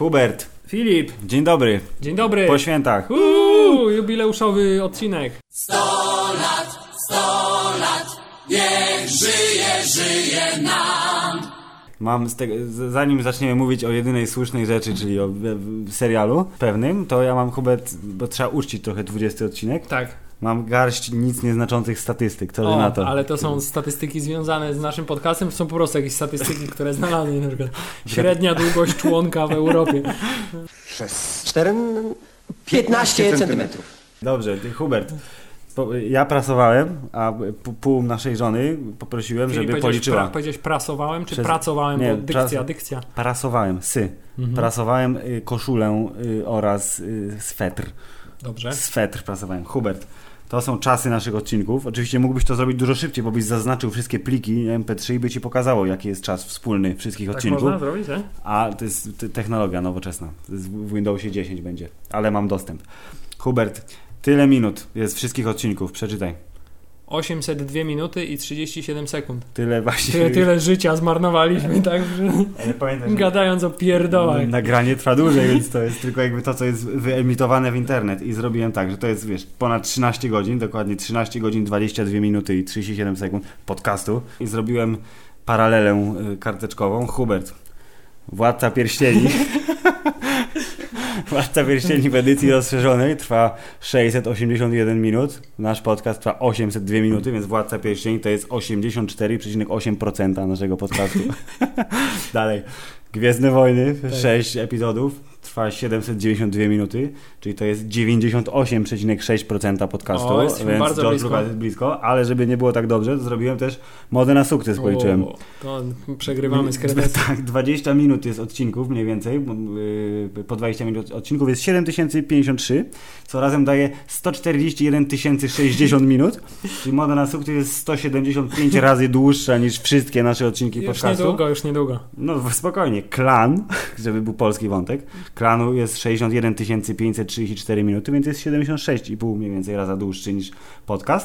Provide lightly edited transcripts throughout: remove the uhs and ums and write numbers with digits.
Hubert. Filip. Dzień dobry. Dzień dobry. Po świętach. Jubileuszowy odcinek. 100 lat, niech żyje nam. Mam zanim zaczniemy mówić o jedynej słusznej rzeczy, czyli o serialu pewnym, to ja mam, Hubert, bo trzeba uczcić trochę 20 odcinek. Tak. Mam garść nic nieznaczących statystyk, co na to? Ale to są statystyki związane z naszym podcastem, to są po prostu jakieś statystyki, które znalazłem, na przykład średnia długość członka w Europie. 15 centymetrów. Dobrze, Hubert, ja prasowałem, a pół naszej żony poprosiłem, żeby policzyła. Powiedziałeś prasowałem, czy pracowałem? Nie, bo dykcja. Prasowałem, prasowałem koszulę oraz swetr. Dobrze. Swetr prasowałem. Hubert, to są czasy naszych odcinków. Oczywiście mógłbyś to zrobić dużo szybciej, bo byś zaznaczył wszystkie pliki MP3 i by ci pokazało, jaki jest czas wspólny wszystkich odcinków. Można zrobić, tak? A to jest technologia nowoczesna. W Windowsie 10 będzie, ale mam dostęp. Hubert, tyle minut jest wszystkich odcinków. Przeczytaj. 802 minuty i 37 sekund. Tyle właśnie. Tyle życia zmarnowaliśmy, tak? Ale pamiętaj, gadając o pierdołach. Nagranie trwa dłużej, więc to jest tylko jakby to, co jest wyemitowane w internet. I zrobiłem tak, że to jest, wiesz, ponad 13 godzin, dokładnie 13 godzin, 22 minuty i 37 sekund podcastu. I zrobiłem paralelę karteczkową. Hubert, Władca Pierścieni. Władca Pierścieni w edycji rozszerzonej trwa 681 minut. Nasz podcast trwa 802 minuty, więc Władca Pierścieni to jest 84,8% naszego podcastu. Dalej. Gwiezdne Wojny, 6 epizodów, trwa 792 minuty, czyli to jest 98,6% podcastu, więc bardzo George Lucas jest blisko, ale żeby nie było tak dobrze, to zrobiłem też Modę na sukces, policzyłem. To przegrywamy z kredytem. Tak, 20 minut jest odcinków mniej więcej, po 20 minut odcinków jest 7053, co razem daje 141 060 minut, czyli Moda na sukces jest 175 razy dłuższa niż wszystkie nasze odcinki podcastu. Już niedługo. No spokojnie. Klan, żeby był polski wątek, Klanu jest 61 534 minuty, więc jest 76,5 mniej więcej raza dłuższy niż podcast.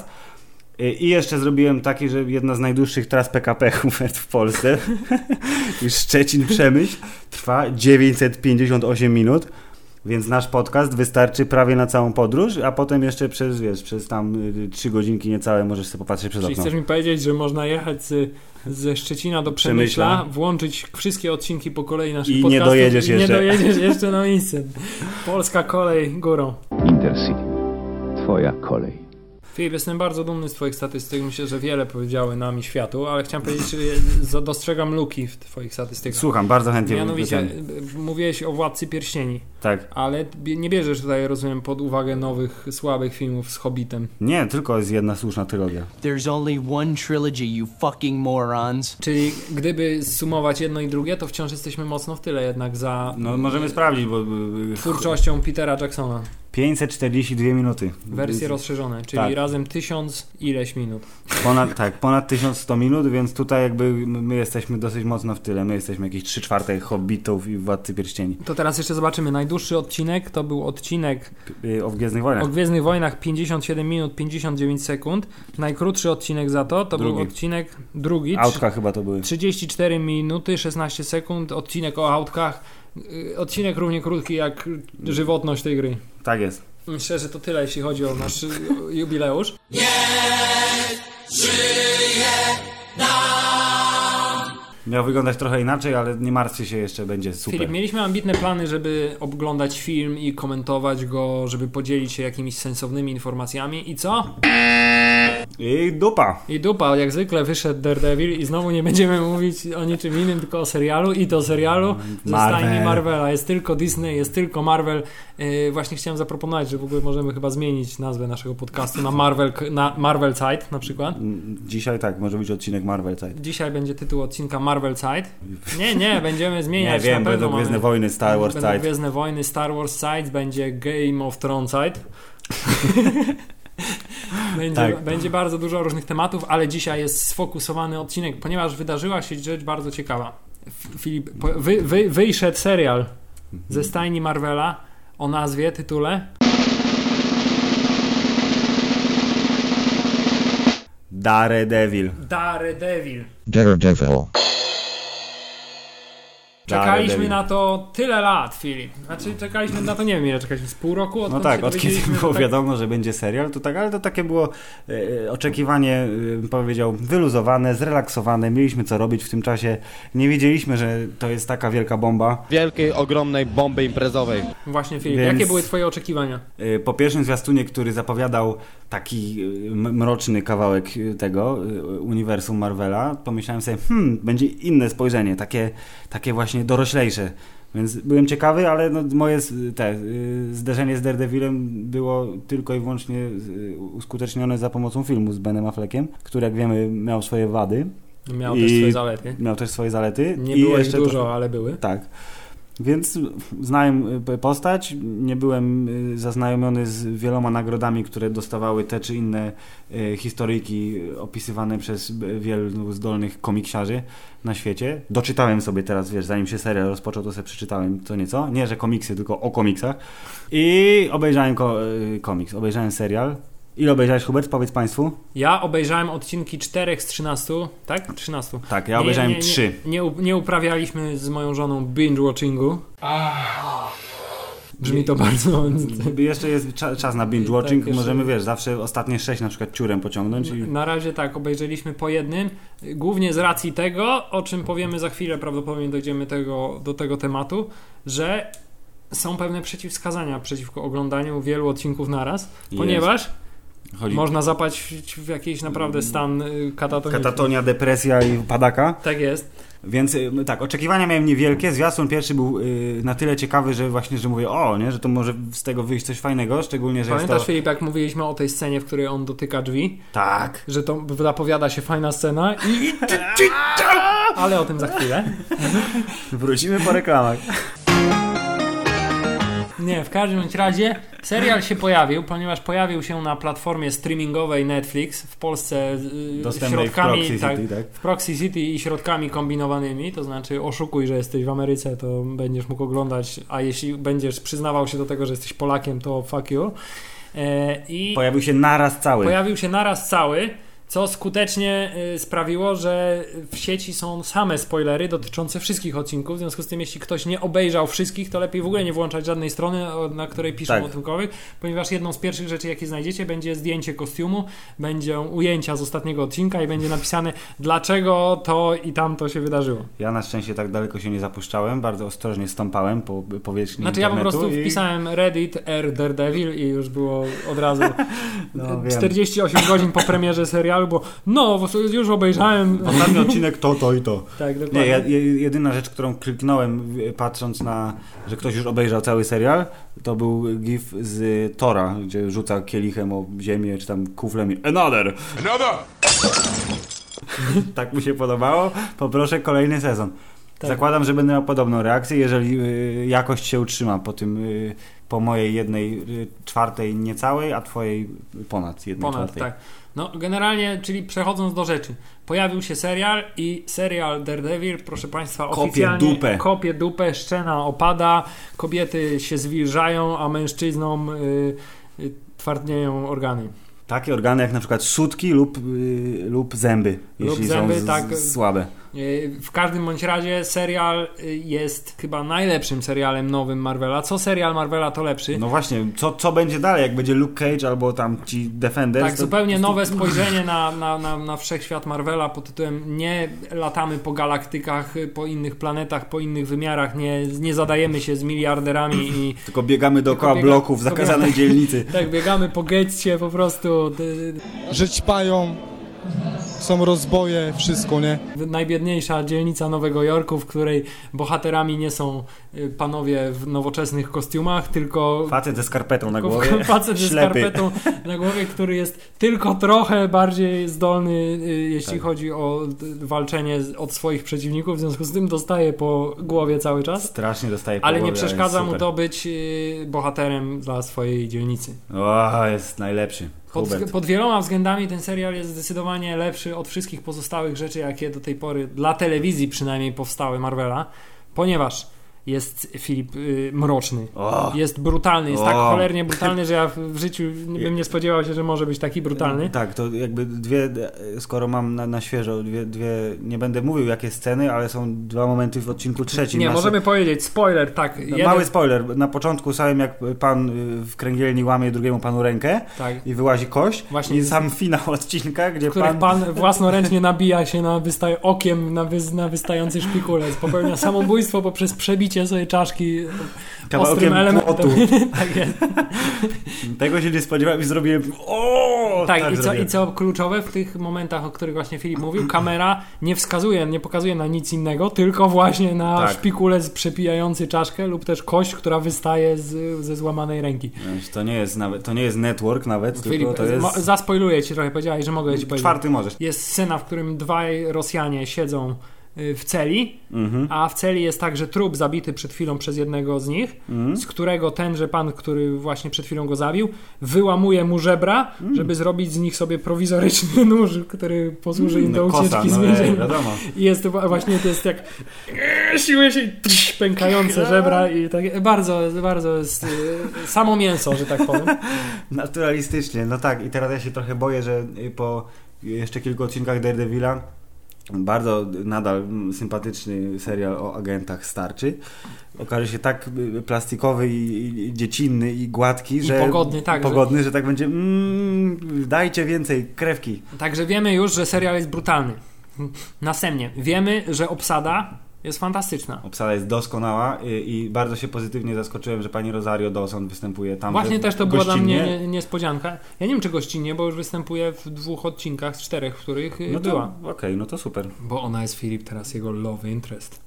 I jeszcze zrobiłem taki, że jedna z najdłuższych tras PKP w Polsce, już Szczecin-Przemyśl, trwa 958 minut, więc nasz podcast wystarczy prawie na całą podróż, a potem jeszcze przez tam 3 godzinki niecałe możesz sobie popatrzeć przez okno. Czyli chcesz mi powiedzieć, że można jechać ze Szczecina do Przemyśla, włączyć wszystkie odcinki po kolei naszych podcastów nie dojedziesz jeszcze. Nie dojedziesz jeszcze na miejsce. Polska kolej górą. Intercity. Twoja kolej. Filip, jestem bardzo dumny z twoich statystyk. Myślę, że wiele powiedziały nam i światu, ale chciałem powiedzieć, że dostrzegam luki w twoich statystykach. Słucham, bardzo chętnie. Mianowicie, mówiłeś o Władcy Pierścieni. Tak. Ale nie bierzesz tutaj, rozumiem, pod uwagę nowych, słabych filmów z Hobbitem. Nie, tylko jest jedna słuszna trylogia. There's only one trilogy, you fucking morons. Czyli gdyby sumować jedno i drugie, to wciąż jesteśmy mocno w tyle jednak za... No możemy sprawdzić, bo... twórczością Petera Jacksona. 542 minuty. Wersje rozszerzone, czyli tak. Razem 1000 ileś minut. Ponad 1100 minut, więc tutaj jakby my jesteśmy dosyć mocno w tyle. My jesteśmy jakieś 3/4 Hobbitów i Władcy Pierścieni. To teraz jeszcze zobaczymy. Najdłuższy odcinek to był odcinek o Gwiezdnych Wojnach. O Gwiezdnych Wojnach 57 minut 59 sekund. Najkrótszy odcinek za to był odcinek drugi. Autka chyba to były. 34 minuty 16 sekund. Odcinek o autkach. Odcinek równie krótki jak żywotność tej gry. Tak jest. Myślę, że to tyle, jeśli chodzi o nasz jubileusz. Niech żyje nam. Miał wyglądać trochę inaczej, ale nie martwcie się, jeszcze będzie super. Filip, mieliśmy ambitne plany, żeby oglądać film i komentować go, żeby podzielić się jakimiś sensownymi informacjami. I co? I dupa. I dupa, jak zwykle wyszedł Daredevil i znowu nie będziemy mówić o niczym innym, tylko o serialu i to serialu ze stajni Marvela. Jest tylko Disney, jest tylko Marvel. Właśnie chciałem zaproponować, że w ogóle możemy chyba zmienić nazwę naszego podcastu na Marvel Side na przykład. Dzisiaj tak, może być odcinek Marvel Side. Dzisiaj będzie tytuł odcinka Marvel Side. Nie, będziemy zmieniać. Nie wiem, będą Gwiezdne Wojny, Star Wars Side. Będą Gwiezdne Wojny, Star Wars Side, będzie Game of Thrones Side. Będzie bardzo dużo różnych tematów, ale dzisiaj jest sfokusowany odcinek, ponieważ wydarzyła się rzecz bardzo ciekawa. Filip, wyszedł serial ze stajni Marvela o nazwie, tytule Daredevil. Daredevil. Czekaliśmy na to tyle lat, Filip. Znaczy czekaliśmy na to, nie wiem ile czekaliśmy, z pół roku? No tak, od kiedy było wiadomo, że będzie serial, to tak, ale to takie było oczekiwanie, powiedział, wyluzowane, zrelaksowane, mieliśmy co robić w tym czasie, nie wiedzieliśmy, że to jest taka wielka bomba. Wielkiej, ogromnej bomby imprezowej. Właśnie, Filip, Więc jakie były twoje oczekiwania? Po pierwszym zwiastunie, który zapowiadał taki mroczny kawałek tego uniwersum Marvela, pomyślałem sobie, będzie inne spojrzenie, takie właśnie doroślejsze. Więc byłem ciekawy, ale no moje zderzenie z Daredevilem było tylko i wyłącznie uskutecznione za pomocą filmu z Benem Affleckiem, który jak wiemy miał swoje wady. Miał też swoje zalety. Nie było ich dużo, ale były. Tak. Więc znałem postać, nie byłem zaznajomiony z wieloma nagrodami, które dostawały te czy inne historyjki opisywane przez wielu zdolnych komiksiarzy na świecie. Doczytałem sobie teraz, zanim się serial rozpoczął, to sobie przeczytałem co nieco. Nie, że komiksy, tylko o komiksach. I obejrzałem komiks, obejrzałem serial. Ile obejrzałeś, Hubert? Powiedz Państwu. Ja obejrzałem odcinki 4 z 13, tak? 13. Tak, ja obejrzałem 3. Nie uprawialiśmy z moją żoną binge-watchingu. Brzmi to bardzo... Jeszcze jest czas na binge-watching. Tak, możemy, zawsze ostatnie 6 na przykład ciurem pociągnąć. Na razie tak, obejrzeliśmy po jednym. Głównie z racji tego, o czym powiemy za chwilę, prawdopodobnie dojdziemy do tego tematu, że są pewne przeciwwskazania przeciwko oglądaniu wielu odcinków naraz, ponieważ można zapaść w jakiś naprawdę stan katatoniczny. Katatonia, depresja i padaka. Tak jest. Więc tak, oczekiwania miałem niewielkie. Zwiastun pierwszy był na tyle ciekawy, że właśnie, że mówię, że to może z tego wyjść coś fajnego, szczególnie, że Pamiętasz, jest to... Filip, jak mówiliśmy o tej scenie, w której on dotyka drzwi? Tak. Że to zapowiada się fajna scena i... Ale o tym za chwilę. Wrócimy po reklamach. Nie, w każdym razie serial się pojawił, ponieważ pojawił się na platformie streamingowej Netflix w Polsce środkami w Proxy City i środkami kombinowanymi, to znaczy oszukuj, że jesteś w Ameryce, to będziesz mógł oglądać, a jeśli będziesz przyznawał się do tego, że jesteś Polakiem, to fuck you. I pojawił się naraz cały. Co skutecznie sprawiło, że w sieci są same spoilery dotyczące wszystkich odcinków. W związku z tym, jeśli ktoś nie obejrzał wszystkich, to lepiej w ogóle nie włączać żadnej strony, na której piszą o tymkolwiek, ponieważ jedną z pierwszych rzeczy, jakie znajdziecie, będzie zdjęcie kostiumu, będą ujęcia z ostatniego odcinka i będzie napisane, dlaczego to i tamto się wydarzyło. Ja na szczęście tak daleko się nie zapuszczałem, bardzo ostrożnie stąpałem po powierzchni internetu. Ja po prostu wpisałem Reddit Daredevil i już było od razu 48 godzin po premierze serialu, bo już obejrzałem ostatni odcinek to i to. Tak, dokładnie. Nie, jedyna rzecz, którą kliknąłem patrząc na, że ktoś już obejrzał cały serial, to był gif z Tora, gdzie rzuca kielichem o ziemię, czy tam kuflem i Another! Tak mu się podobało. Poproszę kolejny sezon. Tak. Zakładam, że będę miał podobną reakcję, jeżeli jakość się utrzyma po mojej 1/4 niecałej, a twojej ponad 1/4. Tak. No generalnie, czyli przechodząc do rzeczy, pojawił się serial i serial Daredevil, proszę Państwa, oficjalnie kopie dupę, szczena opada, kobiety się zwilżają, a mężczyznom twardnieją organy. Takie organy jak na przykład sutki lub zęby, jeśli są słabe. W każdym bądź razie serial jest chyba najlepszym serialem nowym Marvela. Co serial Marvela, to lepszy. No właśnie, co będzie dalej, jak będzie Luke Cage albo tam ci Defenders? Tak, zupełnie nowe spojrzenie na wszechświat Marvela pod tytułem nie latamy po galaktykach, po innych planetach, po innych wymiarach, nie zadajemy się z miliarderami tylko biegamy dookoła bloków w zakazanej dzielnicy. Tak, biegamy po getcie po prostu. Że ćpają, są rozboje, wszystko, nie? Najbiedniejsza dzielnica Nowego Jorku, w której bohaterami nie są panowie w nowoczesnych kostiumach, tylko facet ze skarpetą na głowie. Facet ze skarpetą na głowie, który jest tylko trochę bardziej zdolny, jeśli chodzi o walczenie od swoich przeciwników, w związku z tym dostaje po głowie cały czas. Strasznie dostaje po głowie. Ale nie przeszkadza mu to być bohaterem dla swojej dzielnicy. Jest najlepszy. Pod wieloma względami ten serial jest zdecydowanie lepszy od wszystkich pozostałych rzeczy, jakie do tej pory dla telewizji przynajmniej powstały Marvela, ponieważ jest Filip mroczny. Jest brutalny, jest tak cholernie brutalny, że ja w życiu bym nie spodziewał się, że może być taki brutalny. Tak, to jakby skoro mam na świeżo, nie będę mówił jakie sceny, ale są 2 momenty w odcinku 3. Nie, możemy powiedzieć, spoiler, tak. Mały spoiler, na początku samym jak pan w kręgielni łamie drugiemu panu rękę i wyłazi kość właśnie i sam finał odcinka, gdzie pan własnoręcznie nabija się okiem na wystający szpikulec, popełnia samobójstwo poprzez przebicie sobie czaszki ostrym elementem. Tak jest. Tego się nie spodziewałem i zrobiłem i co kluczowe w tych momentach, o których właśnie Filip mówił, kamera nie pokazuje na nic innego, tylko właśnie na szpikulec przepijający czaszkę lub też kość, która wystaje ze złamanej ręki. To nie jest network nawet, Filip, tylko to jest... Zaspoiluję ci trochę, powiedziałeś, że mogę ci powiedzieć. 4 możesz. Jest scena, w którym 2 Rosjanie siedzą w celi, a w celi jest także trup zabity przed chwilą przez jednego z nich, z którego tenże pan, który właśnie przed chwilą go zabił, wyłamuje mu żebra, żeby zrobić z nich sobie prowizoryczny nóż, który posłuży im do ucieczki z więzienia. I jest właśnie, to jest jak siłuje się pękające żebra i tak bardzo, bardzo jest samo mięso, że tak powiem. Naturalistycznie, no tak. I teraz ja się trochę boję, że po jeszcze kilku odcinkach Daredevila bardzo nadal sympatyczny serial o agentach starczy. Okaże się tak plastikowy i dziecinny i gładki, że pogodny, że tak będzie dajcie więcej krewki. Także wiemy już, że serial jest brutalny. Następnie wiemy, że obsada jest fantastyczna. Obsada jest doskonała i bardzo się pozytywnie zaskoczyłem, że pani Rosario Dawson występuje tam. Właśnie też to była dla mnie niespodzianka. Ja nie wiem, czy gościnnie, bo już występuje w 2 odcinkach z 4, w których była. Okej, no to super. Bo ona jest Filip teraz jego love interest.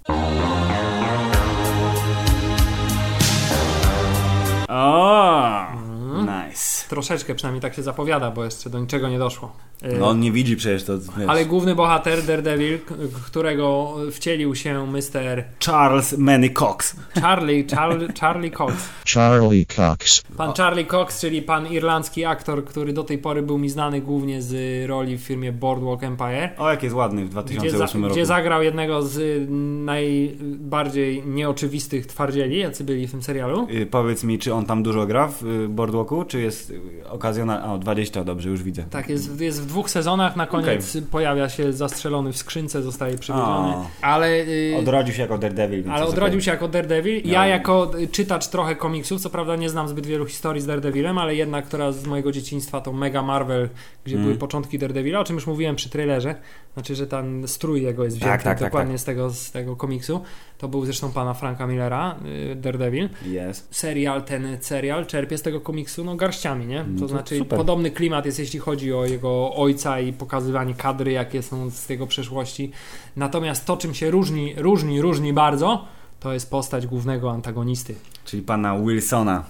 Nice. Troszeczkę przynajmniej tak się zapowiada, bo jeszcze do niczego nie doszło. No on nie widzi przecież to. Ale główny bohater Daredevil, którego wcielił się Mr. Charles Manny Cox. Charlie Cox. Charlie Cox. Pan Charlie Cox, czyli pan irlandzki aktor, który do tej pory był mi znany głównie z roli w filmie Boardwalk Empire. O, jak jest ładny w 2008 roku. Gdzie zagrał jednego z najbardziej nieoczywistych twardzieli, jacy byli w tym serialu. Powiedz mi, czy on tam dużo gra w Boardwalku, czy jest okazjonalny? 20, dobrze, już widzę. Tak, jest w 2 sezonach, na koniec pojawia się zastrzelony w skrzynce, zostaje przywieziony. Ale odrodził się jako Daredevil. Odrodził się jako Daredevil. Ja jako czytacz trochę komiksów, co prawda nie znam zbyt wielu historii z Daredevilem, ale jedna, która z mojego dzieciństwa to Mega Marvel, gdzie były początki Daredevila, o czym już mówiłem przy trailerze. Znaczy, że ten strój jego jest wzięty dokładnie z tego komiksu. To był zresztą pana Franka Millera, Daredevil. Ten serial czerpie z tego komiksu garściami, nie? To znaczy super. Podobny klimat jest, jeśli chodzi o jego ojca i pokazywanie kadry, jakie są z jego przeszłości. Natomiast to, czym się różni bardzo, to jest postać głównego antagonisty. Czyli pana Wilsona.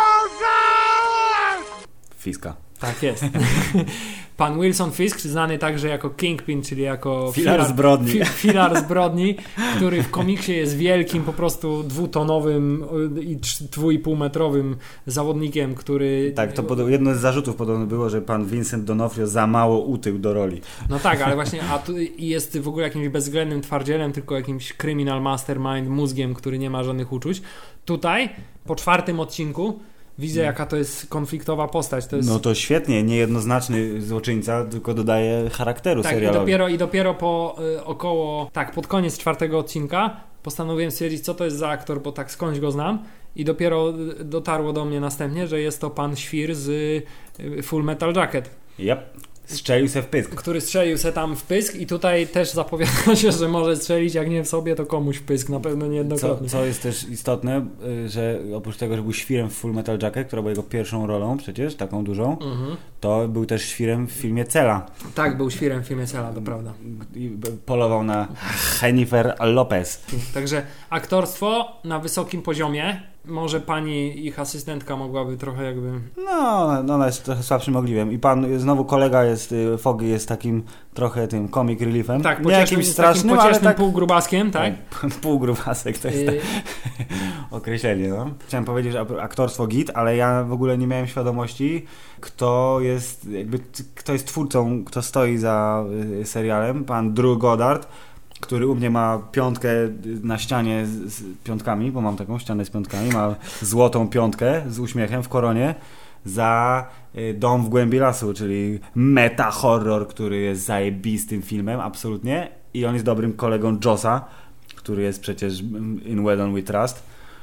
Fiska. Tak jest. Pan Wilson Fisk, znany także jako Kingpin, czyli jako filar zbrodni, który w komiksie jest wielkim, po prostu 2-tonowym i 2,5-metrowym zawodnikiem, który... Tak, to jedno z zarzutów podobno było, że pan Vincent D'Onofrio za mało utył do roli. No tak, ale właśnie tu jest w ogóle jakimś bezwzględnym twardzielem, tylko jakimś criminal mastermind, mózgiem, który nie ma żadnych uczuć. Tutaj, po 4. odcinku, widzę, jaka to jest konfliktowa postać. No to świetnie, niejednoznaczny złoczyńca, tylko dodaje charakteru serialowi. I dopiero po pod koniec 4. odcinka postanowiłem stwierdzić, co to jest za aktor, bo tak skądś go znam, i dopiero dotarło do mnie następnie, że jest to pan Świr z Full Metal Jacket. Strzelił se w pysk. Który strzelił se tam w pysk i tutaj też zapowiada się, że może strzelić, jak nie w sobie, to komuś w pysk, na pewno niejednokrotnie. Co jest też istotne, że oprócz tego, że był świrem w Full Metal Jacket, która była jego pierwszą rolą przecież, taką dużą, to był też świrem w filmie Cela. Tak, był świrem w filmie Cela, to prawda. I polował na Jennifer Lopez. Także aktorstwo na wysokim poziomie. Może pani ich asystentka mogłaby trochę jakby... No ona jest trochę słabszym ogliwiem. I pan, znowu kolega jest, Foggy jest takim trochę tym comic reliefem. Tak, nie jakimś strasznym, takim pociesznym ale tak... półgrubaskiem, tak? Półgrubasek to jest tak określenie, no. Chciałem powiedzieć, że aktorstwo git, ale ja w ogóle nie miałem świadomości, kto jest twórcą, kto stoi za serialem. Pan Drew Goddard. który u mnie ma piątkę na ścianie z piątkami, bo mam taką ścianę z piątkami, ma złotą piątkę z uśmiechem w koronie za Dom w głębi lasu, czyli meta horror, który jest zajebistym filmem, absolutnie, i on jest dobrym kolegą Jossa, który jest przecież in Whedon We Trust,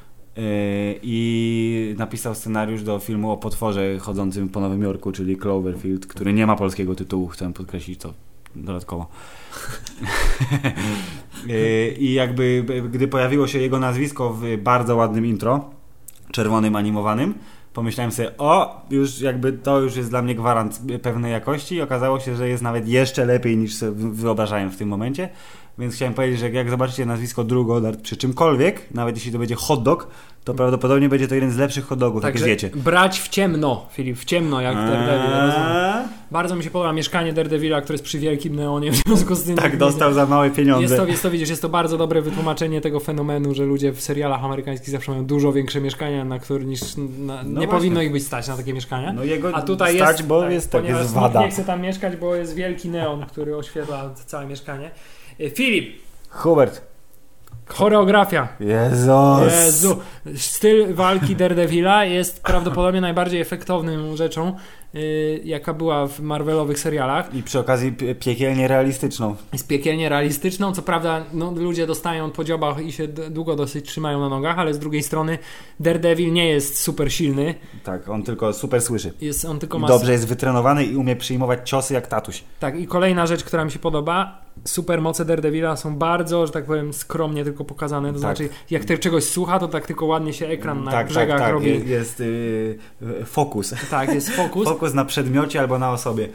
i napisał scenariusz do filmu o potworze chodzącym po Nowym Jorku, czyli Cloverfield, który nie ma polskiego tytułu, chcę podkreślić to dodatkowo. I jakby gdy pojawiło się jego nazwisko w bardzo ładnym intro, czerwonym animowanym, pomyślałem sobie, już jakby to już jest dla mnie gwarant pewnej jakości, i okazało się, że jest nawet jeszcze lepiej niż sobie wyobrażałem w tym momencie. Więc chciałem powiedzieć, że jak zobaczycie nazwisko Drew Goddard przy czymkolwiek, nawet jeśli to będzie hot dog, to prawdopodobnie będzie to jeden z lepszych hot dogów, jakie zjecie. Brać w ciemno, Filip, w ciemno jak Daredevil. Bardzo mi się podoba mieszkanie Daredevila, które jest przy wielkim neonie, w związku z tym... Tak, dostał za małe pieniądze. Jest to bardzo dobre wytłumaczenie tego fenomenu, że ludzie w serialach amerykańskich zawsze mają dużo większe mieszkania, na które nie powinno ich być stać na takie mieszkania. No jego a tutaj stać, jest, bo tak, jest ponieważ jest wada. nie chce tam mieszkać, bo jest wielki neon, który oświetla całe mieszkanie. Filip. Hubert. Choreografia. Jezu. Styl walki Daredevila jest prawdopodobnie najbardziej efektowną rzeczą, jaka była w Marvelowych serialach. I przy okazji piekielnie realistyczną. Jest piekielnie realistyczną. Co prawda ludzie dostają po dziobach i się długo dosyć trzymają na nogach, ale z drugiej strony Daredevil nie jest super silny. Tak, on tylko super słyszy. Dobrze jest wytrenowany i umie przyjmować ciosy jak tatuś. Tak, i kolejna rzecz, która mi się podoba, supermoce Daredevila są bardzo, że tak powiem, skromnie tylko pokazane. To znaczy, jak czegoś słucha, to tak tylko ładnie się ekran na brzegach robi. Jest fokus. Tak, jest fokus. Fokus na przedmiocie albo na osobie.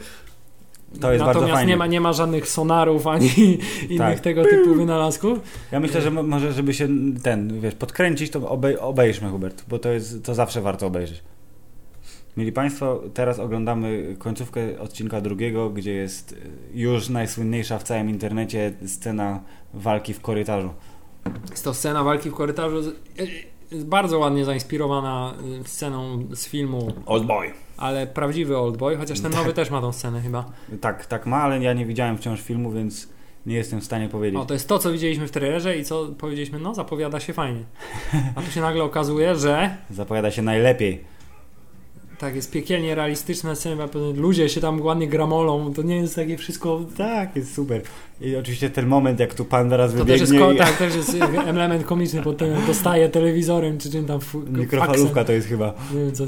To jest bardzo fajne. Natomiast nie ma żadnych sonarów ani innych tego typu wynalazków. Ja myślę, że może żeby się podkręcić, to obejrzmy, Hubert, bo to zawsze warto obejrzeć. Mili Państwo, teraz oglądamy końcówkę odcinka 2, gdzie jest już najsłynniejsza w całym internecie scena walki w korytarzu. Jest to scena walki w korytarzu, jest bardzo ładnie zainspirowana sceną z filmu Oldboy. Ale prawdziwy Oldboy, chociaż ten nowy też ma tą scenę chyba. Tak ma, ale ja nie widziałem wciąż filmu, więc nie jestem w stanie powiedzieć. To jest to, co widzieliśmy w trailerze i co powiedzieliśmy, zapowiada się fajnie. A tu się nagle okazuje, że... Zapowiada się najlepiej. Tak, jest piekielnie realistyczna scena, ludzie się tam ładnie gramolą, to nie jest takie wszystko... Tak, jest super. I oczywiście ten moment, jak tu pan zaraz wybiegnie... Też jest element komiczny, bo ten dostaje telewizorem, czy czym tam... Mikrofalówka faksem. To jest chyba. Nie wiem co...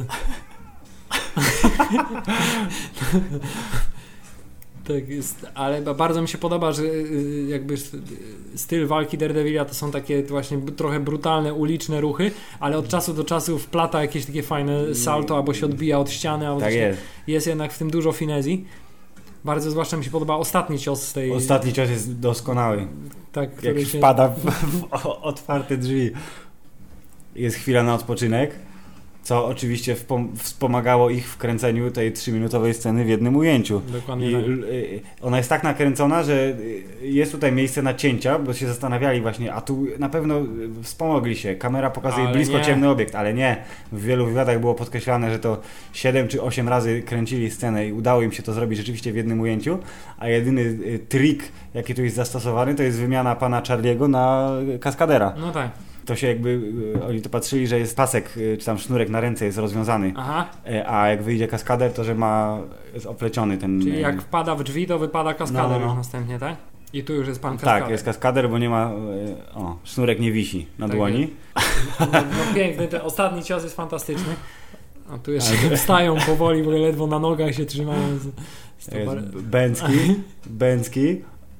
Tak jest, ale bardzo mi się podoba, że jakby styl walki Daredevila to są takie właśnie trochę brutalne, uliczne ruchy, ale od czasu do czasu wplata jakieś takie fajne salto, albo się odbija od ściany, albo tak jest jednak w tym dużo finezji. Bardzo zwłaszcza mi się podoba ostatni cios z tej... Ostatni cios jest doskonały. Tak, jak wpada w otwarte drzwi. Jest chwila na odpoczynek, co oczywiście wspomagało ich w kręceniu tej 3-minutowej sceny w jednym ujęciu. Dokładnie. Ona jest tak nakręcona, że jest tutaj miejsce na cięcia, bo się zastanawiali właśnie, a tu na pewno wspomogli się. Kamera pokazuje blisko ciemny obiekt, ale nie. W wielu wywiadach było podkreślane, że to 7 czy 8 razy kręcili scenę i udało im się to zrobić rzeczywiście w jednym ujęciu, a jedyny trik, jaki tu jest zastosowany, to jest wymiana pana Charlie'ego na kaskadera. No tak. To się jakby, oni to patrzyli, że jest pasek, czy tam sznurek na ręce jest rozwiązany. Aha. A jak wyjdzie kaskader, to że jest opleciony ten... Czyli jak wpada w drzwi, to wypada kaskader już następnie, tak? I tu już jest pan kaskader. Tak, jest kaskader, bo nie ma... sznurek nie wisi na dłoni. Piękny, ten ostatni cios jest fantastyczny. A tu jeszcze wstają powoli, bo ledwo na nogach się trzymają. Bęcki.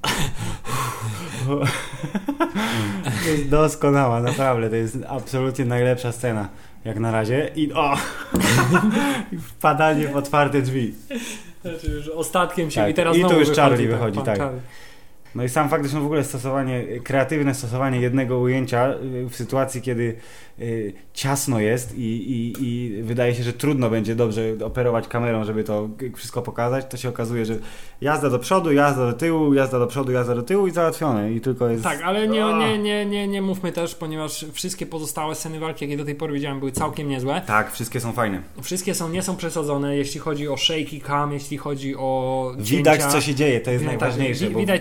To jest doskonała, naprawdę. To jest absolutnie najlepsza scena, jak na razie. I wpadanie w otwarte drzwi. Znaczy już ostatkiem się tak. I teraz I tu już Charlie wychodzi. Tak. No i sam fakt, że w ogóle kreatywne stosowanie jednego ujęcia w sytuacji, kiedy ciasno jest i wydaje się, że trudno będzie dobrze operować kamerą, żeby to wszystko pokazać, to się okazuje, że jazda do przodu, jazda do tyłu, jazda do przodu, jazda do tyłu i załatwione. I tylko jest... Tak, ale nie mówmy też, ponieważ wszystkie pozostałe sceny walki, jakie do tej pory widziałem, były całkiem niezłe. Tak, wszystkie są fajne. Wszystkie nie są przesadzone, jeśli chodzi o shaky cam, jeśli chodzi o cięcia. Widać, co się dzieje, to jest najważniejsze. Widać, co się dzieje,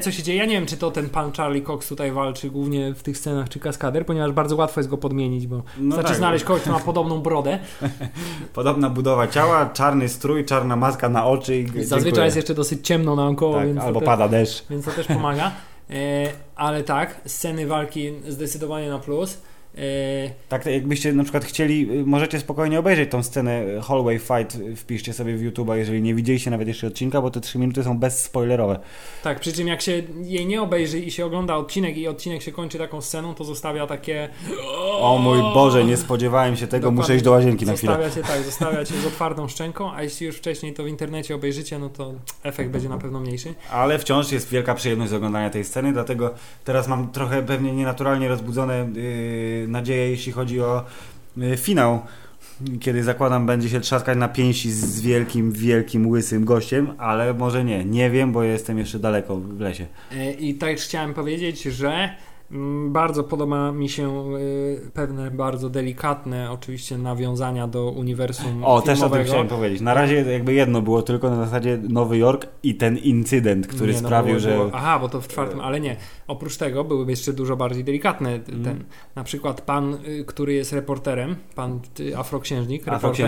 ja nie wiem, czy to ten pan Charlie Cox tutaj walczy głównie w tych scenach, czy kaskader, ponieważ bardzo łatwo jest go podmienić, bo znaleźć kogoś, kto ma podobną brodę. Podobna budowa ciała, czarny strój, czarna maska na oczy i zazwyczaj jest jeszcze dosyć ciemno naokoło, tak, więc albo pada deszcz. Więc to też pomaga. Ale tak, sceny walki zdecydowanie na plus. Tak, jakbyście na przykład chcieli, możecie spokojnie obejrzeć tą scenę Hallway Fight, wpiszcie sobie w YouTube'a, jeżeli nie widzieliście nawet jeszcze odcinka, bo te 3 minuty są bezspoilerowe. Tak, przy czym jak się jej nie obejrzy i się ogląda odcinek i odcinek się kończy taką sceną, to zostawia takie o mój Boże, nie spodziewałem się tego, dokładnie. Muszę iść do łazienki na chwilę. Zostawia cię z otwartą szczęką, a jeśli już wcześniej to w internecie obejrzycie, no to efekt będzie na pewno mniejszy. Ale wciąż jest wielka przyjemność z oglądania tej sceny, dlatego teraz mam trochę pewnie nienaturalnie rozbudzone nadzieję, jeśli chodzi o finał, kiedy zakładam będzie się trzaskać na pięści z wielkim, łysym gościem, ale może nie wiem, bo jestem jeszcze daleko w lesie. I też chciałem powiedzieć, że bardzo podoba mi się pewne bardzo delikatne oczywiście nawiązania do uniwersum filmowego. Też o tym chciałem powiedzieć. Na razie jakby jedno było tylko na zasadzie Nowy Jork i ten incydent, który sprawił, że... Aha, bo to w 4, ale nie. Oprócz tego były jeszcze dużo bardziej delikatne. Na przykład pan, który jest reporterem, pan Afroksiężnik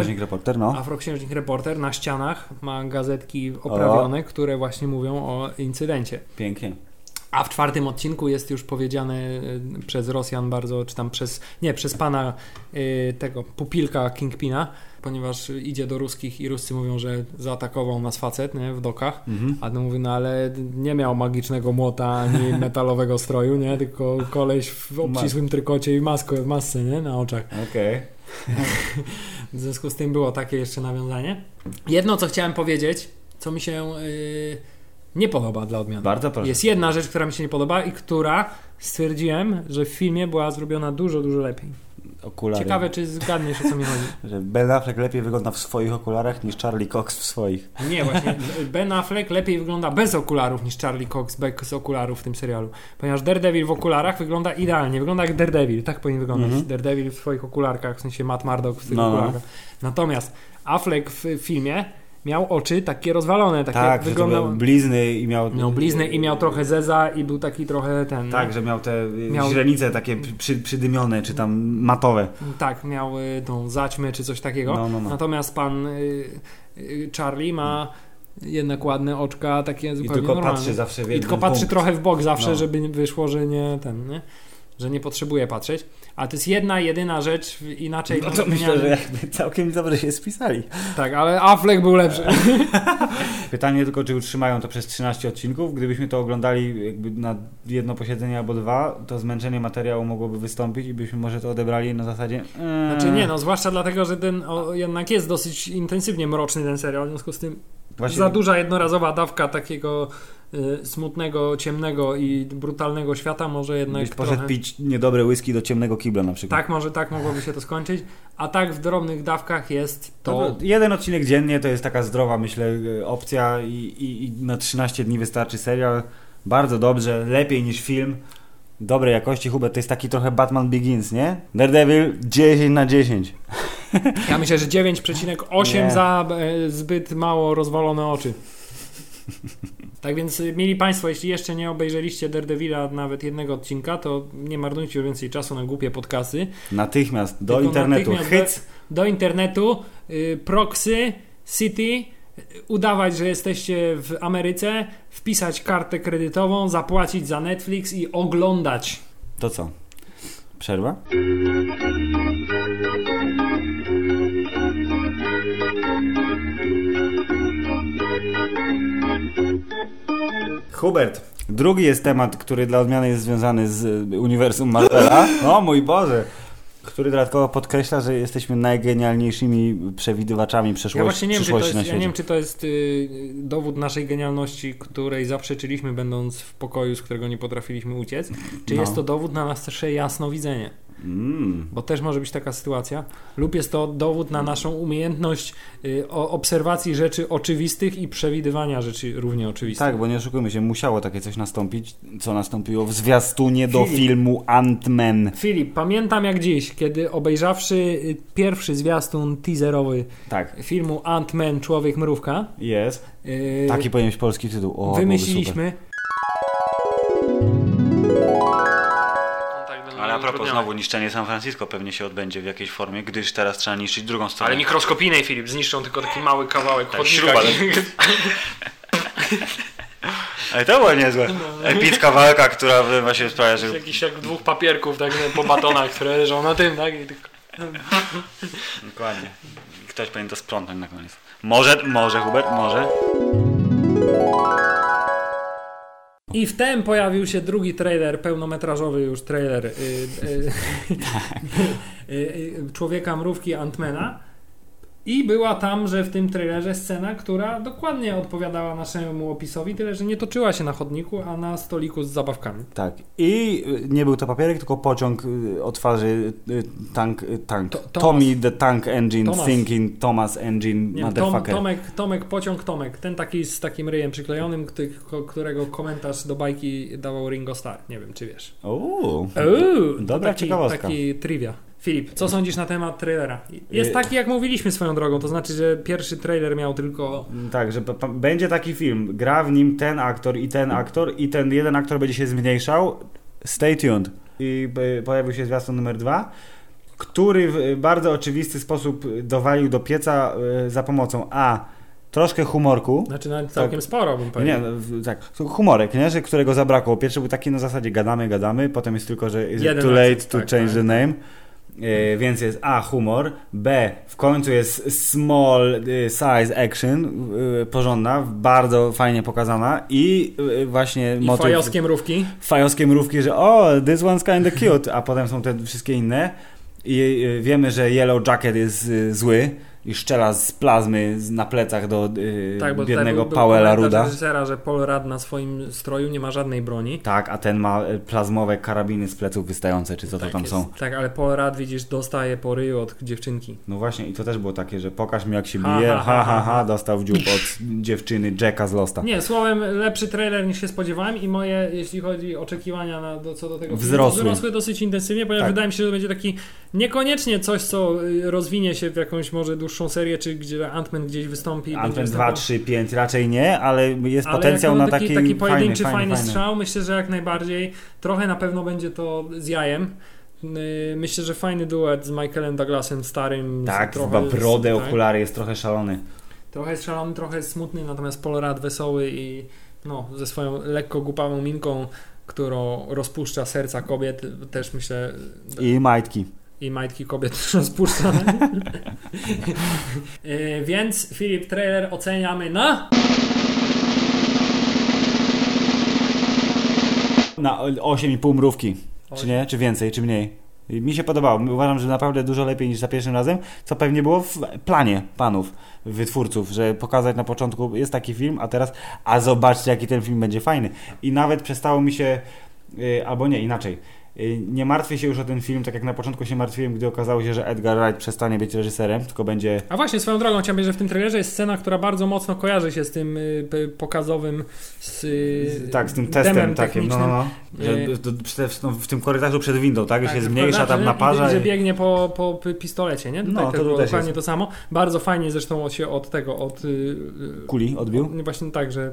reporter na ścianach ma gazetki oprawione, które właśnie mówią o incydencie. Pięknie. A w 4 odcinku jest już powiedziane przez Rosjan bardzo, czy tam przez pana tego pupilka Kingpina, ponieważ idzie do ruskich i Ruscy mówią, że zaatakował nas facet, nie, w dokach, a on mówi, no ale nie miał magicznego młota ani metalowego stroju, nie, tylko koleś w obcisłym trykocie i w masce, nie, na oczach. Okej. W związku z tym było takie jeszcze nawiązanie. Jedno, co chciałem powiedzieć, co mi się nie podoba dla odmiany. Bardzo proszę. Jest jedna rzecz, która mi się nie podoba i która stwierdziłem, że w filmie była zrobiona dużo lepiej. Okulary. Ciekawe, czy zgadniesz, o co mi chodzi. Że Ben Affleck lepiej wygląda w swoich okularach niż Charlie Cox w swoich. Nie, właśnie. Ben Affleck lepiej wygląda bez okularów niż Charlie Cox bez okularów w tym serialu. Ponieważ Daredevil w okularach wygląda idealnie. Wygląda jak Daredevil. Tak powinien wyglądać. Daredevil w swoich okularkach, w sensie Matt Murdock w tych okularach. Natomiast Affleck w filmie miał oczy takie rozwalone, takie tak, wyglądał... blizny i miał blizny i miał trochę zeza i był taki trochę ten... Tak, że miał te źrenice takie przydymione, czy tam matowe. Tak, miał tą zaćmę, czy coś takiego. Natomiast pan Charlie ma jednak ładne oczka, takie zupełnie normalne. I tylko patrzy zawsze w jeden I tylko patrzy punkt. trochę w bok zawsze, żeby wyszło, że nie że nie potrzebuje patrzeć. A to jest jedyna rzecz inaczej. No to myślę, że jakby całkiem dobrze się spisali. Tak, ale Affleck był lepszy. Pytanie tylko, czy utrzymają to przez 13 odcinków. Gdybyśmy to oglądali jakby na jedno posiedzenie albo 2, to zmęczenie materiału mogłoby wystąpić i byśmy może to odebrali na zasadzie... Znaczy nie, zwłaszcza dlatego, że ten jednak jest dosyć intensywnie mroczny ten serial, w związku z tym za duża jednorazowa dawka takiego smutnego, ciemnego i brutalnego świata może jednak byś poszedł pić niedobre whisky do ciemnego kibla na przykład. Tak, może tak mogłoby się to skończyć, a tak w drobnych dawkach jest to... jeden odcinek dziennie to jest taka zdrowa, myślę, opcja i na 13 dni wystarczy serial. Bardzo dobrze, lepiej niż film. Dobrej jakości. Hubert, to jest taki trochę Batman Begins, nie? Daredevil 10/10. Ja myślę, że 9,8 za zbyt mało rozwalone oczy. Tak więc, mili Państwo, jeśli jeszcze nie obejrzeliście Daredevila nawet jednego odcinka, to nie marnujcie więcej czasu na głupie podcasty. Natychmiast do internetu. Do internetu, proxy, city, udawać, że jesteście w Ameryce, wpisać kartę kredytową, zapłacić za Netflix i oglądać. To co? Przerwa? Hubert, drugi jest temat, który dla odmiany jest związany z uniwersum Marvela. O mój Boże! Który dodatkowo podkreśla, że jesteśmy najgenialniejszymi przewidywaczami przyszłości na świecie. Ja nie wiem, czy to jest dowód naszej genialności, której zaprzeczyliśmy, będąc w pokoju, z którego nie potrafiliśmy uciec, czy jest to dowód na nasze jasnowidzenie. Bo też może być taka sytuacja, lub jest to dowód na naszą umiejętność obserwacji rzeczy oczywistych i przewidywania rzeczy równie oczywistych. Tak, bo nie oszukujmy się, musiało takie coś nastąpić, co nastąpiło w zwiastunie do filmu Ant-Man. Filip, pamiętam jak dziś, kiedy obejrzawszy pierwszy zwiastun teaserowy filmu Ant-Man, Człowiek Mrówka, taki powinien być polski tytuł. wymyśliliśmy propos, utrudnione. znowu niszczenie San Francisco pewnie się odbędzie w jakiejś formie, gdyż teraz trzeba niszczyć drugą stronę. Ale mikroskopijnej, Filip, zniszczą tylko taki mały kawałek Tak, chodnika. śruba. Ale to było niezłe. Epicka walka, która właśnie sprawia, że... Jakiś jak 2 papierków tak, po batonach, które leżą na tym, tak? I tylko... Dokładnie. Ktoś powinien to sprzątnąć na koniec. Może Hubert, może. I wtem pojawił się drugi trailer, pełnometrażowy już trailer Człowieka Mrówki Ant-Mana. I była tam, że w tym trailerze scena, która dokładnie odpowiadała naszemu opisowi, tyle że nie toczyła się na chodniku, a na stoliku z zabawkami. Tak. I nie był to papierek, tylko pociąg o twarzy tank. Tommy the Tank Engine Thomas. Thinking Thomas Engine Nie, Motherfucker. Tomek, Tomek. Ten taki z takim ryjem przyklejonym, którego komentarz do bajki dawał Ringo Starr. Nie wiem, czy wiesz. Dobra ciekawostka. Taki trivia. Filip, co sądzisz na temat trailera? Jest taki, jak mówiliśmy swoją drogą, to znaczy, że pierwszy trailer miał tylko... Tak, że będzie taki film, gra w nim ten aktor i ten jeden aktor będzie się zmniejszał. Stay tuned. I pojawił się zwiastun numer 2, który w bardzo oczywisty sposób dowalił do pieca za pomocą troszkę humorku. Znaczy nawet całkiem sporo, bym powiedział. Nie, tak, humorek, nie? Że którego zabrakło. Pierwszy był taki na zasadzie gadamy, potem jest tylko, że is it too late to change the name. Więc jest humor, B, w końcu jest small size action, porządna, bardzo fajnie pokazana i właśnie I motyw... Fajowskie mrówki, że this one's kinda cute, a potem są te wszystkie inne i wiemy, że Yellow Jacket jest zły i szczela z plazmy na plecach do biednego Powella Rooda. Reżysera, że Paul Rudd na swoim stroju nie ma żadnej broni. Tak, a ten ma plazmowe karabiny z pleców wystające, czy co to tam jest. są. Tak, ale Paul Rudd, widzisz, dostaje po ryju od dziewczynki. No właśnie, i to też było takie, że pokaż mi jak się bije, dostał w dziób od dziewczyny Jacka z Losta. Nie, słowem, lepszy trailer niż się spodziewałem i moje, jeśli chodzi o oczekiwania co do tego filmu, wzrosły dosyć intensywnie, ponieważ wydaje mi się, że to będzie taki niekoniecznie coś, co rozwinie się w jakąś może dłuższą serię, czy gdzie Ant-Man gdzieś wystąpi. Ant-Man 2, 3, 5 raczej nie, ale jest potencjał na taki pojedynczy, fajny strzał. Myślę, że jak najbardziej. Trochę na pewno będzie to z jajem. Myślę, że fajny duet z Michaelem Douglasem starym. Tak, chyba brodę, okulary, jest trochę szalony. Trochę jest szalony, trochę jest smutny, natomiast Paul Rudd wesoły i ze swoją lekko głupawą minką, którą rozpuszcza serca kobiet, też myślę... I majtki. I majtki kobiet rozpuszczane. Więc Filip, trailer oceniamy na 8,5 mrówki. Czy nie? Czy więcej, czy mniej? Mi się podobało. Uważam, że naprawdę dużo lepiej niż za pierwszym razem, co pewnie było w planie panów, wytwórców, że pokazać na początku jest taki film, a zobaczcie jaki ten film będzie fajny. I nawet przestało mi się, albo nie, inaczej. Nie martwię się już o ten film, tak jak na początku się martwiłem, gdy okazało się, że Edgar Wright przestanie być reżyserem, tylko będzie... A właśnie, swoją drogą chciałem powiedzieć, że w tym trailerze jest scena, która bardzo mocno kojarzy się z tym pokazowym z tym testem takim, że w tym korytarzu przed windą, tak? Się zmniejsza tam naparza. Że biegnie po pistolecie, nie? No, tak, to było też dokładnie jest. to samo. Bardzo fajnie zresztą się od kuli odbił? Właśnie tak, że...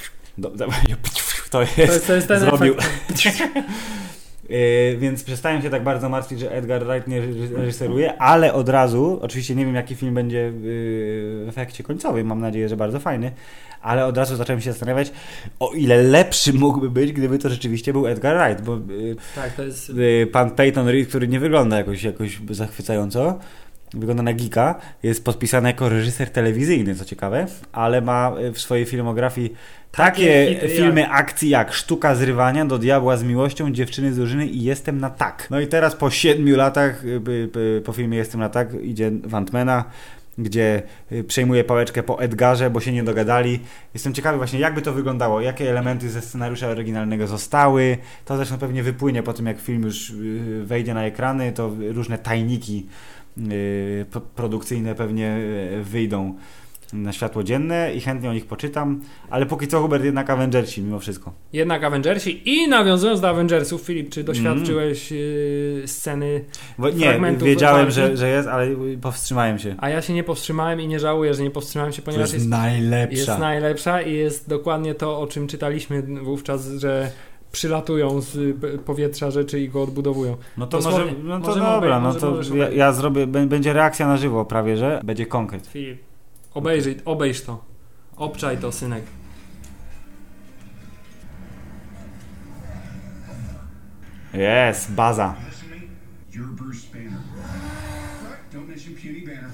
To jest ten zrobił. Efekt. Więc przestałem się tak bardzo martwić, że Edgar Wright nie reżyseruje, ale od razu, oczywiście nie wiem jaki film będzie w efekcie końcowym, mam nadzieję, że bardzo fajny, ale od razu zacząłem się zastanawiać, o ile lepszy mógłby być, gdyby to rzeczywiście był Edgar Wright, bo tak, to jest... pan Peyton Reed, który nie wygląda jakoś zachwycająco, wygląda na geeka, jest podpisany jako reżyser telewizyjny, co ciekawe, ale ma w swojej filmografii takie filmy akcji jak Sztuka zrywania, Do diabła z miłością, Dziewczyny z drużyny i Jestem na tak. No i teraz po 7 latach, po filmie Jestem na tak, idzie w Ant-Mana, gdzie przejmuje pałeczkę po Edgarze, bo się nie dogadali. Jestem ciekawy właśnie, jakby to wyglądało, jakie elementy ze scenariusza oryginalnego zostały. To zresztą pewnie wypłynie po tym, jak film już wejdzie na ekrany, to różne tajniki produkcyjne pewnie wyjdą na światło dzienne i chętnie o nich poczytam, ale póki co Hubert jednak Avengersi mimo wszystko. Jednak Avengersi i nawiązując do Avengersów, Filip, czy doświadczyłeś sceny fragmentów? Nie, wiedziałem, że jest, ale powstrzymałem się. A ja się nie powstrzymałem i nie żałuję, że nie powstrzymałem się, ponieważ jest najlepsza. Jest najlepsza i jest dokładnie to, o czym czytaliśmy wówczas, że przylatują z powietrza rzeczy i go odbudowują. No to Dosłownie, może, no to możemy dobra, obejrzeć, no to możemy ja zrobię, będzie reakcja na żywo prawie, że będzie konkret. Filip, obejrz to. Obczaj to, synek. Jest, baza. You're Bruce Banner. Don't mention Puny Banner.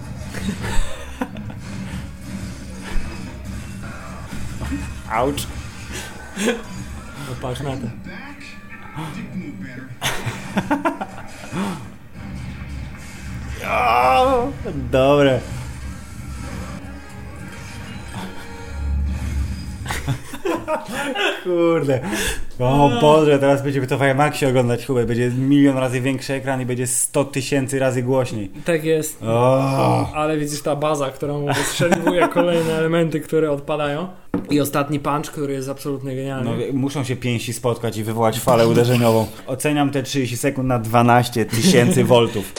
Ouch. No patrz na to. Back. Dick move, Banner. O, dobre. Kurde. O Boże, teraz będziemy to w IMAXie oglądać, Hubert. Będzie 1 000 000 razy większy ekran i będzie 100 000 razy głośniej. Tak jest. Ale widzisz ta baza, która mu wystrzeliwuje kolejne elementy, które odpadają. I ostatni punch, który jest absolutnie genialny. No, muszą się pięści spotkać i wywołać falę uderzeniową. Oceniam te 30 sekund na 12 000 voltów.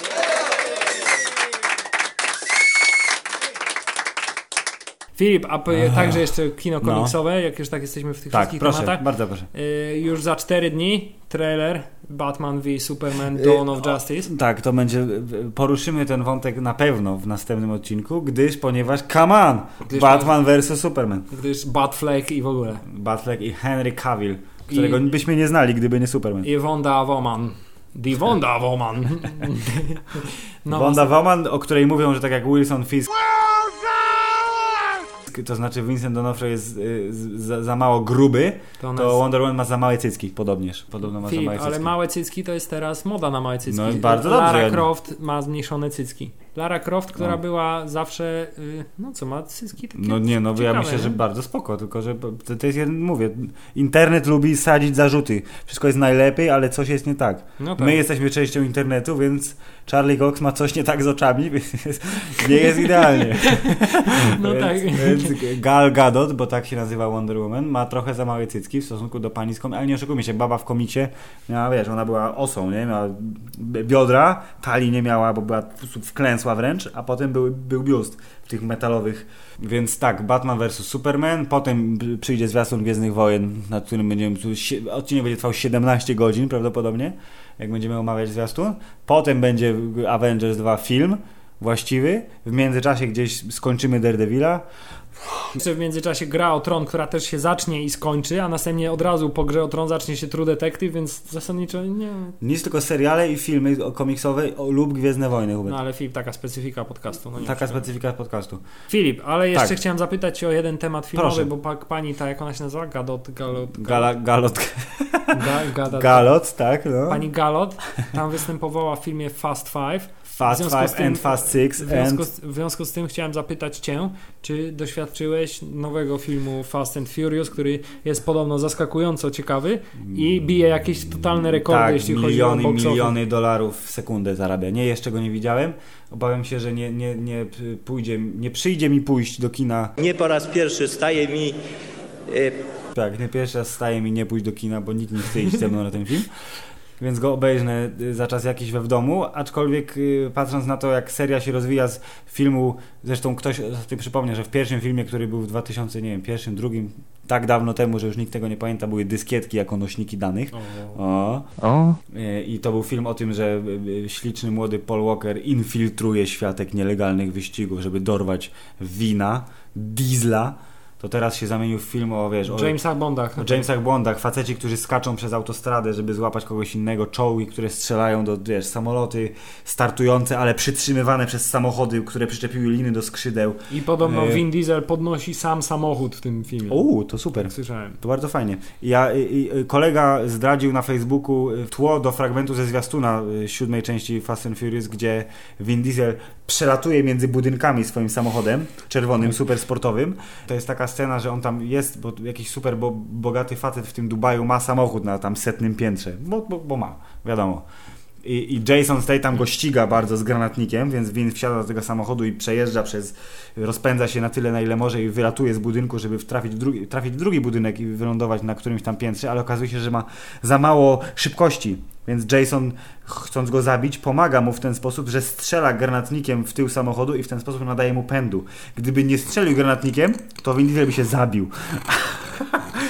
Filip, a także jeszcze kino komiksowe, jak już tak jesteśmy w tych wszystkich tematach. Bardzo proszę. Już za 4 dni trailer Batman v Superman Dawn of Justice. Tak, to będzie, poruszymy ten wątek na pewno w następnym odcinku, ponieważ come on, Batman vs Superman. Gdyż Batfleck i w ogóle. Batfleck i Henry Cavill, którego byśmy nie znali, gdyby nie Superman. I Wanda Woman. Die Wanda Woman. Wanda Woman, o której mówią, że tak jak Wilson Fisk, to znaczy Vincent D'Onofrio jest za mało gruby, to Wonder Woman ma za małe cycki, podobno ma za małe cycki. Ale małe cycki to jest teraz moda na małe cycki. No i bardzo dobrze. Lara Croft ma zmniejszone cycki. Lara Croft, która była zawsze, ma cycki takie ciekawe, ja myślę, że bardzo spoko, tylko że to jest, mówię, internet lubi sadzić zarzuty. Wszystko jest najlepiej, ale coś jest nie tak. No tak. My jesteśmy częścią internetu, więc Charlie Cox ma coś nie tak z oczami, więc nie jest idealnie. No więc Gal Gadot, bo tak się nazywa Wonder Woman, ma trochę za małe cycki w stosunku do pani z komiksu, ale nie oszukujmy się, baba w komiksie miała, ona była osą, nie? Miała biodra, talii nie miała, bo była wklęsła wręcz, a potem był biust w tych metalowych. Więc tak, Batman vs Superman, potem przyjdzie zwiastun Gwiezdnych Wojen, nad którym odcinek będzie trwał 17 godzin prawdopodobnie, jak będziemy omawiać zwiastun. Potem będzie Avengers 2 film właściwy. W międzyczasie gdzieś skończymy Daredevila. Jeszcze w międzyczasie Gra o Tron, która też się zacznie i skończy, a następnie od razu po Grze o Tron zacznie się True Detective, więc zasadniczo nie... Nic, tylko seriale i filmy komiksowe lub Gwiezdne Wojny. Hubert. No ale Filip, taka specyfika podcastu. Taka specyfika podcastu. Filip, ale jeszcze chciałem zapytać Cię o jeden temat filmowy, bo pani ta, jak ona się nazywa? Galot, tak. No. Pani Galot tam występowała w filmie Fast Five. Fast Five and Fast Six. W związku z tym chciałem zapytać Cię, czy doświadczyłeś nowego filmu Fast and Furious, który jest podobno zaskakująco ciekawy i bije jakieś totalne rekordy, jeśli chodzi o box office. Miliony dolarów w sekundę zarabia. Nie, jeszcze go nie widziałem. Obawiam się, że nie przyjdzie mi pójść do kina. Nie po raz pierwszy staje mi... Tak, nie pierwszy raz staje mi nie pójść do kina, bo nikt nie chce iść ze mną na ten film. Więc go obejrzę za czas jakiś w domu, aczkolwiek patrząc na to, jak seria się rozwija z filmu, zresztą ktoś ostatnio przypomniał, że w pierwszym filmie, który był w 2001, drugim, tak dawno temu, że już nikt tego nie pamięta, były dyskietki jako nośniki danych. I to był film o tym, że śliczny młody Paul Walker infiltruje światek nielegalnych wyścigów, żeby dorwać wina, diesla. To teraz się zamienił w film o Jamesach Bondach, faceci, którzy skaczą przez autostradę, żeby złapać kogoś innego, czołgi, które strzelają do, samoloty startujące, ale przytrzymywane przez samochody, które przyczepiły liny do skrzydeł. I podobno Vin Diesel podnosi sam samochód w tym filmie. To super. Słyszałem. To bardzo fajnie. Kolega zdradził na Facebooku tło do fragmentu ze zwiastuna 7. części Fast and Furious, gdzie Vin Diesel przelatuje między budynkami swoim samochodem czerwonym, super sportowym. To jest taka scena, że on tam jest, bo jakiś super bogaty facet w tym Dubaju ma samochód na tam 100. piętrze, bo ma, wiadomo. I Jason Statham go ściga bardzo z granatnikiem, więc Vin wsiada do tego samochodu i rozpędza się na tyle, na ile może i wylatuje z budynku, żeby trafić w drugi budynek i wylądować na którymś tam piętrze, ale okazuje się, że ma za mało szybkości, więc Jason, chcąc go zabić, pomaga mu w ten sposób, że strzela granatnikiem w tył samochodu i w ten sposób nadaje mu pędu. Gdyby nie strzelił granatnikiem, to Vin Diesel by się zabił.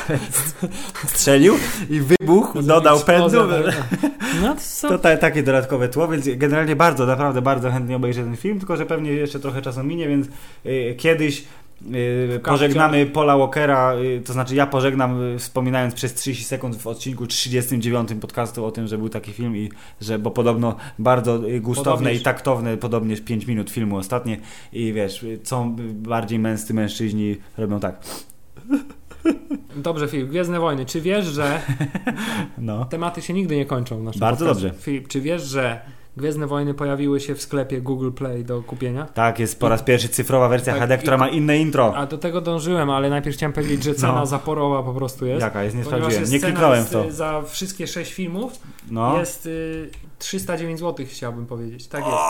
Strzelił i wybuchł, dodał pędu. No to takie dodatkowe tło, więc generalnie naprawdę bardzo chętnie obejrzę ten film, tylko że pewnie jeszcze trochę czasu minie, więc kiedyś pożegnamy Paula Walkera, to znaczy ja pożegnam, wspominając przez 30 sekund w odcinku 39 podcastu o tym, że był taki film i że, bo podobno bardzo gustowne i taktowne, podobnież 5 minut filmu ostatnie i wiesz, co bardziej męscy mężczyźni robią tak. Dobrze, Filip, Gwiezdne Wojny. Czy wiesz, że tematy się nigdy nie kończą w naszym Bardzo podcaście? dobrze. Filip, czy wiesz, że Gwiezdne Wojny pojawiły się w sklepie Google Play do kupienia? Tak, jest po raz pierwszy cyfrowa wersja HD, która ma inne intro. A do tego dążyłem, ale najpierw chciałem powiedzieć, że cena zaporowa po prostu jest. Jaka jest? Nie ponieważ sprawdziłem. Nie cena kliknąłem w to. Za wszystkie 6 filmów jest 309 zł, chciałbym powiedzieć. Tak jest.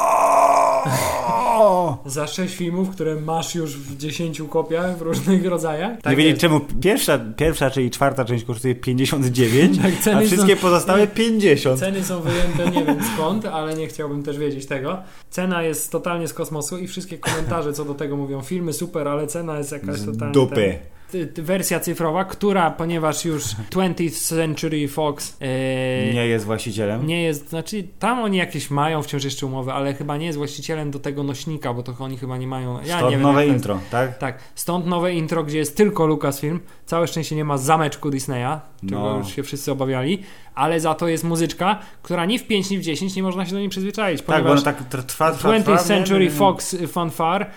Za 6 filmów, które masz już w 10 kopiach w różnych rodzajach. Tak nie wiedzieć czemu pierwsza, czyli czwarta część kosztuje 59, a wszystkie pozostałe 50. Ceny są wyjęte nie wiem skąd, ale nie chciałbym też wiedzieć tego. Cena jest totalnie z kosmosu i wszystkie komentarze co do tego mówią, filmy super, ale cena jest jakaś totalnie... Dupy. Wersja cyfrowa, która, ponieważ już 20th Century Fox nie jest właścicielem. Nie jest, znaczy tam oni jakieś mają wciąż jeszcze umowy, ale chyba nie jest właścicielem do tego nośnika, bo to oni chyba nie mają. Stąd nie wiem, nowe intro, tak? Tak, stąd nowe intro, gdzie jest tylko Lucasfilm. Całe szczęście nie ma zameczku Disneya, czego już się wszyscy obawiali, ale za to jest muzyczka, która ni w 5, ni w 10 nie można się do niej przyzwyczaić, ponieważ tak, bo trwa 20th Century Fox fanfare.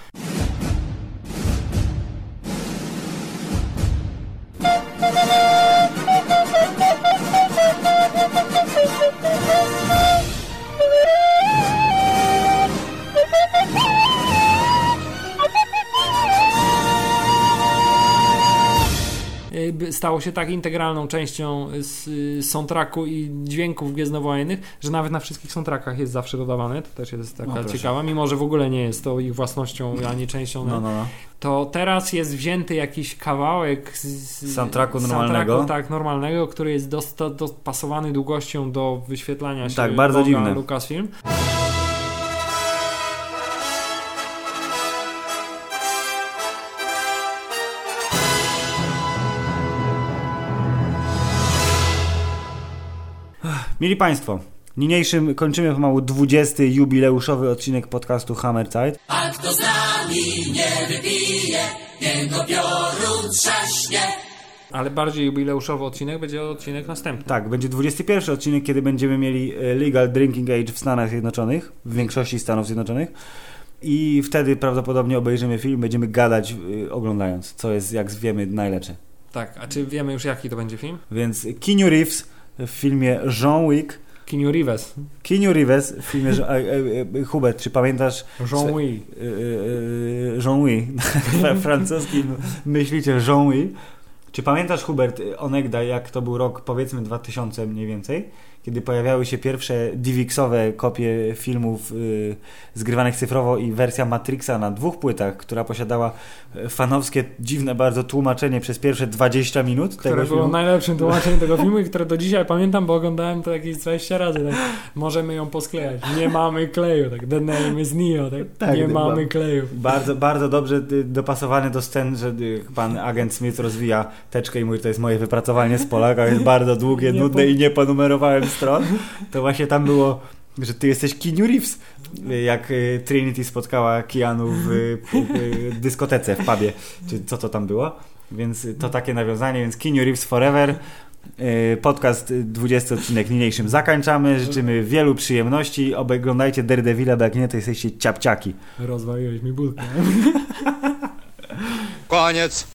Stało się tak integralną częścią soundtracku i dźwięków gwiezdnowojennych, że nawet na wszystkich soundtrackach jest zawsze dodawane. To też jest taka ciekawa, mimo że w ogóle nie jest to ich własnością, ani częścią. To teraz jest wzięty jakiś kawałek z soundtracku normalnego. Tak, normalnego, który jest dopasowany długością do wyświetlania się. Tak, bardzo dziwne. Lucasfilm. Mili Państwo, niniejszym kończymy pomału 20. jubileuszowy odcinek podcastu Hammerzeit. A kto z nami nie wypije, jego piorun trzaśnie. Ale bardziej jubileuszowy odcinek będzie odcinek następny. Tak, będzie 21 odcinek, kiedy będziemy mieli legal drinking age w Stanach Zjednoczonych, w większości Stanów Zjednoczonych. I wtedy prawdopodobnie obejrzymy film, będziemy gadać oglądając, co jest, jak wiemy, najlepsze. Tak, a czy wiemy już jaki to będzie film? Więc Keanu Reeves w filmie John Wick. Keanu Reeves w filmie Hubert, czy pamiętasz Jean Wick francuski myśliciel Jean Wick. Czy pamiętasz, Hubert, onegdaj, jak to był rok, powiedzmy 2000 mniej więcej, kiedy pojawiały się pierwsze DivX-owe kopie filmów zgrywanych cyfrowo i wersja Matrixa na 2 płytach, która posiadała fanowskie, dziwne bardzo tłumaczenie przez pierwsze 20 minut które tego było filmu. Najlepszym tłumaczeniem tego filmu i które do dzisiaj pamiętam, bo oglądałem to jakieś 20 razy. Tak. Możemy ją posklejać. Nie mamy kleju. Tak. The name is Neo. Tak. Nie mamy kleju. Bardzo, bardzo dobrze dopasowany do scen, że pan agent Smith rozwija teczkę i mówi, to jest moje wypracowanie z Polaka, jest bardzo długie, nudne i nie ponumerowałem stron. To właśnie tam było, że ty jesteś Keanu Reeves, jak Trinity spotkała Keanu w dyskotece, w pubie, czy co to tam było. Więc to takie nawiązanie, więc Keanu Reeves forever. Podcast 20 odcinek niniejszym zakończamy. Życzymy wielu przyjemności. Oglądajcie Daredevila, bo jak nie, to jesteście ciapciaki. Rozwaliłeś mi budkę. Koniec.